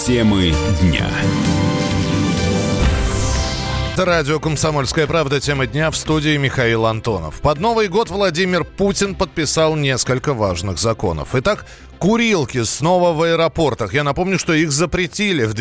Темы дня. Это радио «Комсомольская правда». Тема дня, в студии Михаил Антонов. Под Новый год Владимир Путин подписал несколько важных законов. Итак, курилки снова в аэропортах. Я напомню, что их запретили в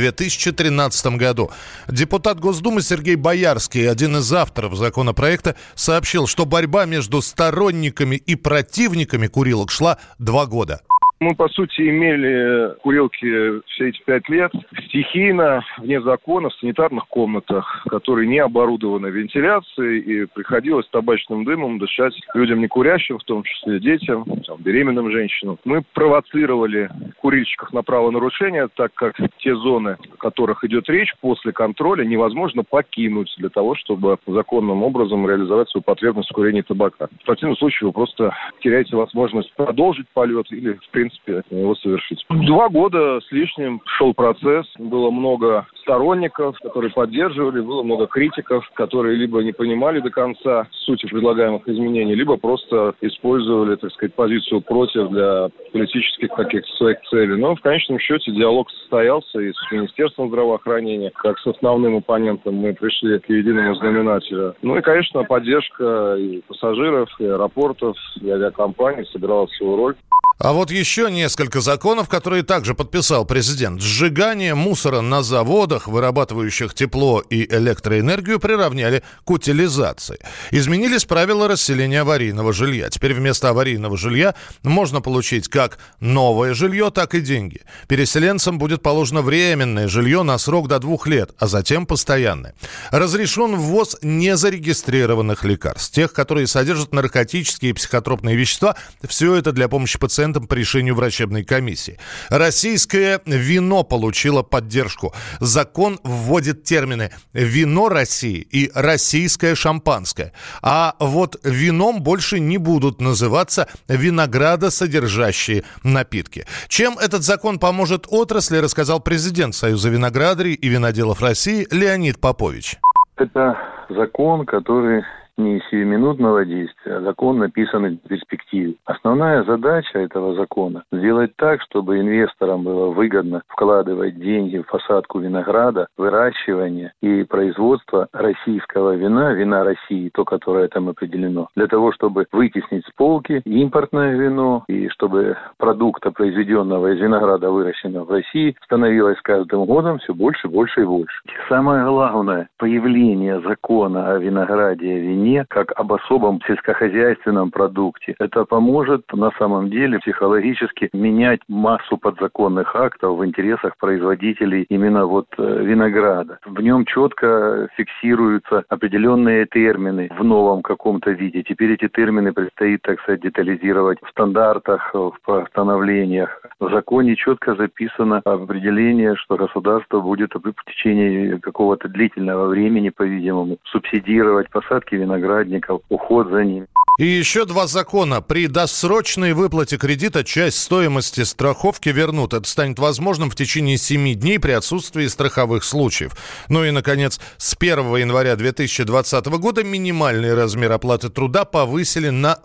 2013 году. Депутат Госдумы Сергей Боярский, один из авторов законопроекта, сообщил, что борьба между сторонниками и противниками курилок шла 2 года. Мы, по сути, имели курилки все эти 5 лет стихийно, вне закона, в санитарных комнатах, которые не оборудованы вентиляцией, и приходилось табачным дымом дышать людям не курящим, в том числе детям, беременным женщинам. Мы провоцировали курильщиков на правонарушение, так как те зоны, о которых идет речь, после контроля невозможно покинуть для того, чтобы законным образом реализовать свою потребность в курении табака. В противном случае вы просто теряете возможность продолжить полет или, в принципе, его совершить. 2 года с лишним шел процесс. Было много сторонников, которые поддерживали, было много критиков, которые либо не понимали до конца сути предлагаемых изменений, либо просто использовали, так сказать, позицию против для политических каких-то своих целей. Но в конечном счете диалог состоялся и с Министерством здравоохранения, как с основным оппонентом мы пришли к единому знаменателю. Ну и, конечно, поддержка и пассажиров, и аэропортов, и авиакомпаний сыграла свою роль. А вот еще несколько законов, которые также подписал президент. Сжигание мусора на заводах, вырабатывающих тепло и электроэнергию, приравняли к утилизации. Изменились правила расселения аварийного жилья. Теперь вместо аварийного жилья можно получить как новое жилье, так и деньги. Переселенцам будет положено временное жилье на срок до 2 лет, а затем постоянное. Разрешен ввоз незарегистрированных лекарств, тех, которые содержат наркотические и психотропные вещества. Все это для помощи пациентам по решению врачебной комиссии. Российское вино получило поддержку. Закон вводит термины «вино России» и «российское шампанское». А вот вином больше не будут называться виноградосодержащие напитки. Чем этот закон поможет отрасли, рассказал президент Союза виноградарей и виноделов России Леонид Попович. Это закон, который не сиюминутного действия, а закон, написанный в перспективе. Основная задача этого закона – сделать так, чтобы инвесторам было выгодно вкладывать деньги в посадку винограда, выращивание и производство российского вина, вина России, то, которое там определено, для того, чтобы вытеснить с полки импортное вино и чтобы продукта, произведенного из винограда, выращенного в России, становилось с каждым годом все больше, больше и больше. Самое главное – появление закона о винограде и вине как об особом сельскохозяйственном продукте. Это поможет на самом деле психологически менять массу подзаконных актов в интересах производителей именно винограда. В нем четко фиксируются определенные термины в новом каком-то виде. Теперь эти термины предстоит, так сказать, детализировать в стандартах, в постановлениях. В законе четко записано определение, что государство будет в течение какого-то длительного времени, по-видимому, субсидировать посадки виноградников, уход за ними. И еще 2 закона. При досрочной выплате кредита часть стоимости страховки вернут. Это станет возможным в течение 7 дней при отсутствии страховых случаев. Ну и, наконец, с 1 января 2020 года минимальный размер оплаты труда повысили на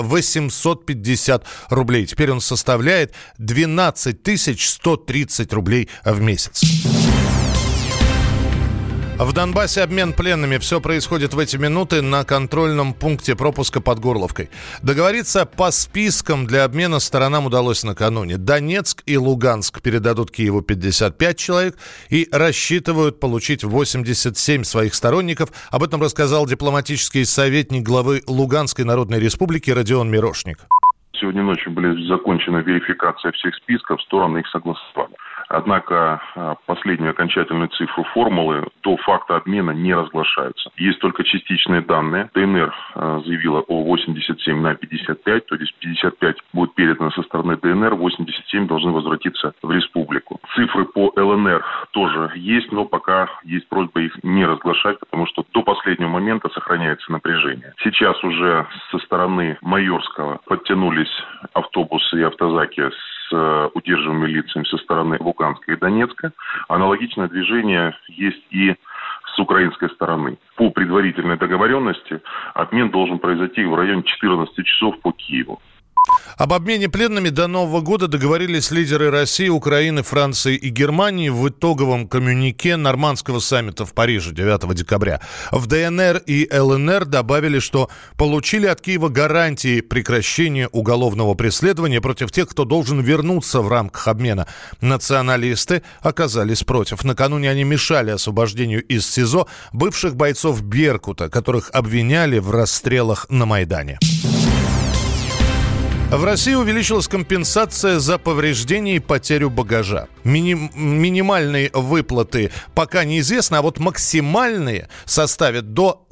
850 рублей. Теперь он составляет 12 130 рублей в месяц. В Донбассе обмен пленными. Все происходит в эти минуты на контрольном пункте пропуска под Горловкой. Договориться по спискам для обмена сторонам удалось накануне. Донецк и Луганск передадут Киеву 55 человек и рассчитывают получить 87 своих сторонников. Об этом рассказал дипломатический советник главы Луганской Народной Республики Родион Мирошник. Сегодня ночью были закончена верификация всех списков, стороны их согласовали. Однако последнюю окончательную цифру формулы до факта обмена не разглашаются. Есть только частичные данные. ДНР заявила о 87 на 55, то есть 55 будет передано со стороны ДНР, 87 должны возвратиться в республику. Цифры по ЛНР тоже есть, но пока есть просьба их не разглашать, потому что до последнего момента сохраняется напряжение. Сейчас уже со стороны Майорского подтянулись автобусы и автозаки с удерживаемыми лицами со стороны Луганска и Донецка. Аналогичное движение есть и с украинской стороны. По предварительной договоренности обмен должен произойти в районе 14 часов по Киеву. Об обмене пленными до Нового года договорились лидеры России, Украины, Франции и Германии в итоговом коммюнике Нормандского саммита в Париже 9 декабря. В ДНР и ЛНР добавили, что получили от Киева гарантии прекращения уголовного преследования против тех, кто должен вернуться в рамках обмена. Националисты оказались против. Накануне они мешали освобождению из СИЗО бывших бойцов Беркута, которых обвиняли в расстрелах на Майдане. В России увеличилась компенсация за повреждение и потерю багажа. Минимальные выплаты пока неизвестны, а вот максимальные составят до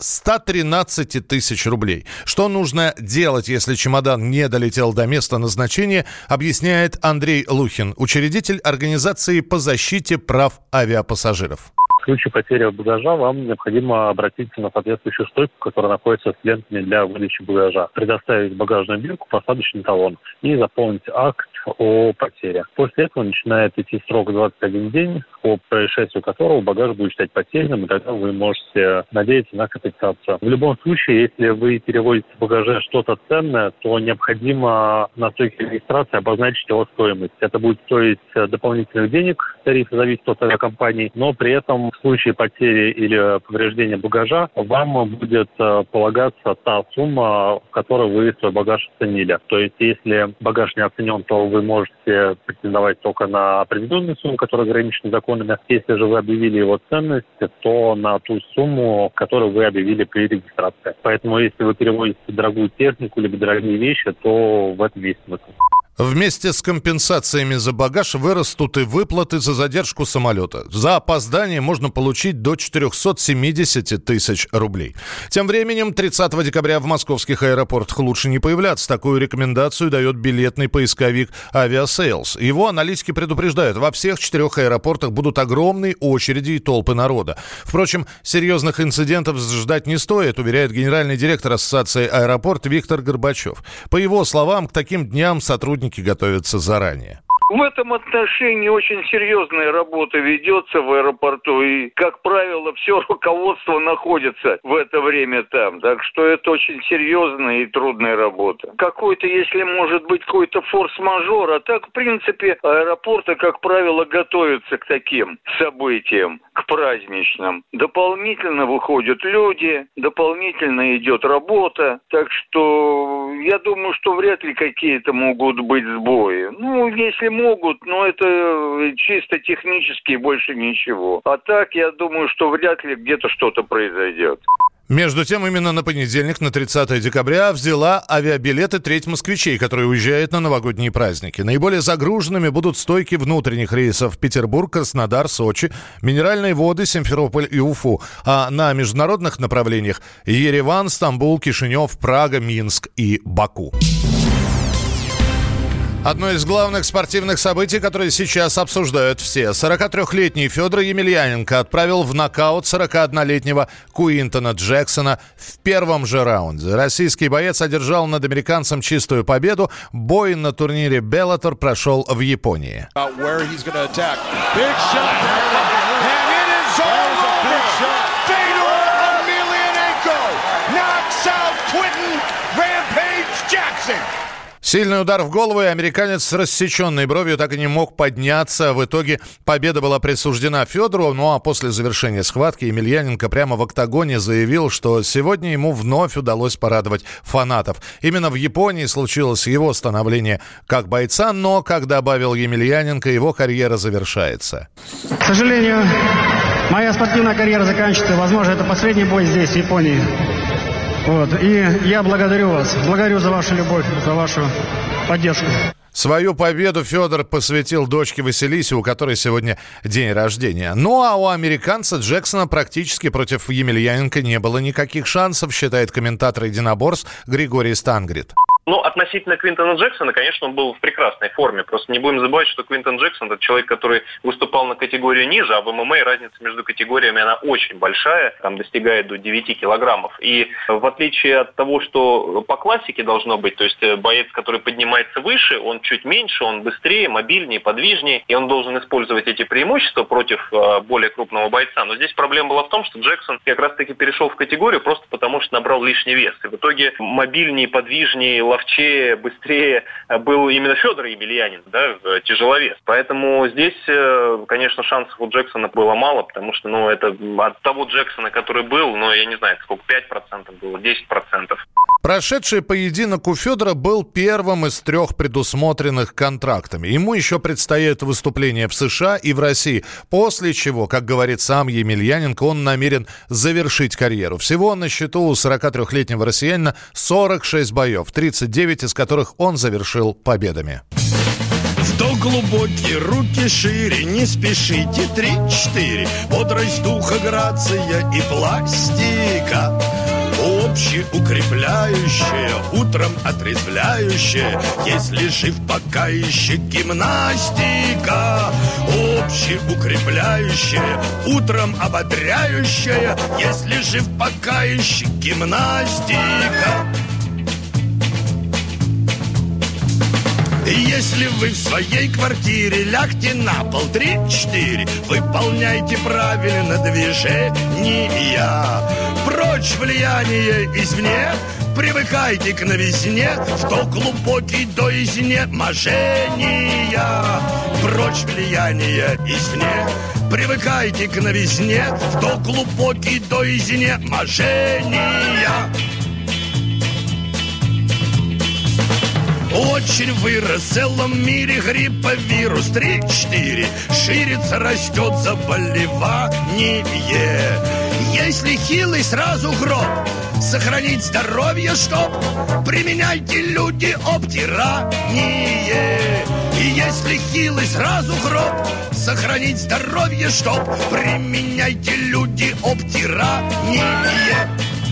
113 тысяч рублей. Что нужно делать, если чемодан не долетел до места назначения, объясняет Андрей Лухин, учредитель организации по защите прав авиапассажиров. В случае потери багажа вам необходимо обратиться на соответствующую стойку, которая находится с лентами для выдачи багажа, предоставить багажную бирку, посадочный талон и заполнить акт о потере. После этого начинает идти срок 21 день, по происшествию которого багаж будет считать потерянным, и тогда вы можете надеяться на компенсацию. В любом случае, если вы перевозите в багаже что-то ценное, то необходимо на стойке регистрации обозначить его стоимость. Это будет стоить дополнительных денег, тариф зависит от авиакомпании, но при этом в случае потери или повреждения багажа вам будет полагаться та сумма, в которой вы свой багаж оценили. То есть, если багаж не оценен, то вы можете претендовать только на определенную сумму, которая ограничена законами. Если же вы объявили его ценность, то на ту сумму, которую вы объявили при регистрации. Поэтому, если вы перевозите дорогую технику либо дорогие вещи, то в этом есть смысл. Вместе с компенсациями за багаж вырастут и выплаты за задержку самолета. За опоздание можно получить до 470 тысяч рублей. Тем временем 30 декабря в московских аэропортах лучше не появляться. Такую рекомендацию дает билетный поисковик Aviasales. Его аналитики предупреждают, во всех 4 аэропортах будут огромные очереди и толпы народа. Впрочем, серьезных инцидентов ждать не стоит, уверяет генеральный директор Ассоциации аэропорт Виктор Горбачев. По его словам, к таким дням сотрудники готовятся заранее. В этом отношении очень серьезная работа ведется в аэропорту, и, как правило, все руководство находится в это время там. Так что это очень серьезная и трудная работа. Какой-то, если может быть, какой-то форс-мажор, а так, в принципе, аэропорты, как правило, готовятся к таким событиям, к праздничным. Дополнительно выходят люди, дополнительно идет работа. Так что я думаю, что вряд ли какие-то могут быть сбои. Если могут, но это чисто технически, больше ничего. А так, я думаю, что вряд ли где-то что-то произойдет. Между тем, именно на понедельник, на 30 декабря, взяла авиабилеты треть москвичей, которые уезжают на новогодние праздники. Наиболее загруженными будут стойки внутренних рейсов Петербург, Краснодар, Сочи, Минеральные воды, Симферополь и Уфу. А на международных направлениях Ереван, Стамбул, Кишинев, Прага, Минск и Баку. Одно из главных спортивных событий, которые сейчас обсуждают все. 43-летний Федор Емельяненко отправил в нокаут 41-летнего Куинтона Джексона в первом же раунде. Российский боец одержал над американцем чистую победу. Бой на турнире Bellator прошел в Японии. Сильный удар в голову, и американец с рассеченной бровью так и не мог подняться. В итоге победа была присуждена Федору. Ну а после завершения схватки Емельяненко прямо в октагоне заявил, что сегодня ему вновь удалось порадовать фанатов. Именно в Японии случилось его становление как бойца, но, как добавил Емельяненко, его карьера завершается. К сожалению, моя спортивная карьера заканчивается. Возможно, это последний бой здесь, в Японии. И я благодарю вас. Благодарю за вашу любовь, за вашу поддержку. Свою победу Федор посвятил дочке Василисе, у которой сегодня день рождения. Ну а у американца Джексона практически против Емельяненко не было никаких шансов, считает комментатор единоборств Григорий Стангрид. Относительно Квинтона Джексона, конечно, он был в прекрасной форме. Просто не будем забывать, что Квинтон Джексон – это человек, который выступал на категорию ниже, а в ММА разница между категориями, она очень большая, там достигает до 9 килограммов. И в отличие от того, что по классике должно быть, то есть боец, который поднимается выше, он чуть меньше, он быстрее, мобильнее, подвижнее, и он должен использовать эти преимущества против более крупного бойца. Но здесь проблема была в том, что Джексон как раз-таки перешел в категорию просто потому, что набрал лишний вес. И в итоге мобильнее, подвижнее, ловчее, быстрее был именно Федор Емельянин, да, тяжеловес. Поэтому здесь, конечно, шансов у Джексона было мало, потому что, это от того Джексона, который был, я не знаю, сколько, 5% было, 10%. Прошедший поединок у Федора был первым из 3 предусмотренных контрактами. Ему еще предстоит выступление в США и в России, после чего, как говорит сам Емельяненко, он намерен завершить карьеру. Всего на счету у 43-летнего россиянина 46 боев, 39 из которых он завершил победами. Вдох глубокий, руки шире, не спешите, 3-4. Бодрость духа, грация и пластика. Общеукрепляющая, утром отрезвляющая, если жив пока еще гимнастика. Общеукрепляющая, утром ободряющая, если жив пока еще гимнастика. Если вы в своей квартире, лягте на пол, 3-4. Выполняйте правильно движения. Прочь влияние извне, привыкайте к новизне, вдох глубокий до изнеможения. Прочь влияние извне, привыкайте к новизне, вдох глубокий до изнеможения. Очень вырос в целом мире грипповирус 3-4. Ширится, растет заболевание. Если хилый, сразу гроб. Сохранить здоровье, чтоб применяйте, люди, обтирание. И если хилый, сразу гроб. Сохранить здоровье, чтоб применяйте, люди, обтирание.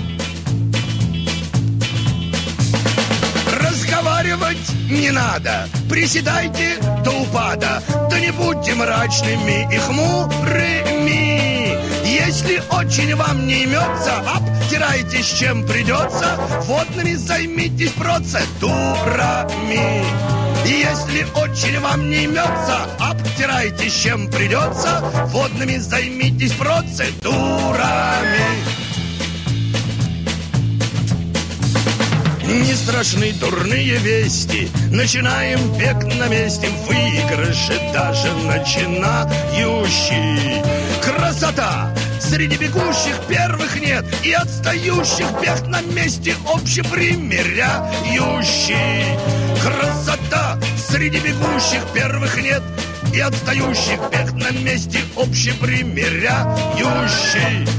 Разговаривать не надо, приседайте до упада, да не будьте мрачными и хмурыми. Если очень вам не имется, обтирайтесь чем придется, водными займитесь процедурами. Если очень вам не имется, обтирайтесь чем придется, водными займитесь процедурами. Не страшны дурные вести, начинаем бег на месте, выигрыши даже начинающий. Красота! Среди бегущих первых нет, и отстающих бег на месте общепримиряющий. Красота! Среди бегущих первых нет, и отстающих бег на месте общепримиряющий.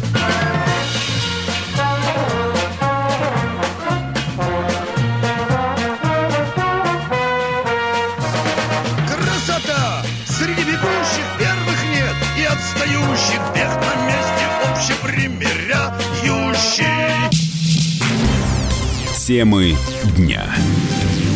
Среди бегущих первых нет, и отстающих бег на месте общепримиряющий. Темы дня.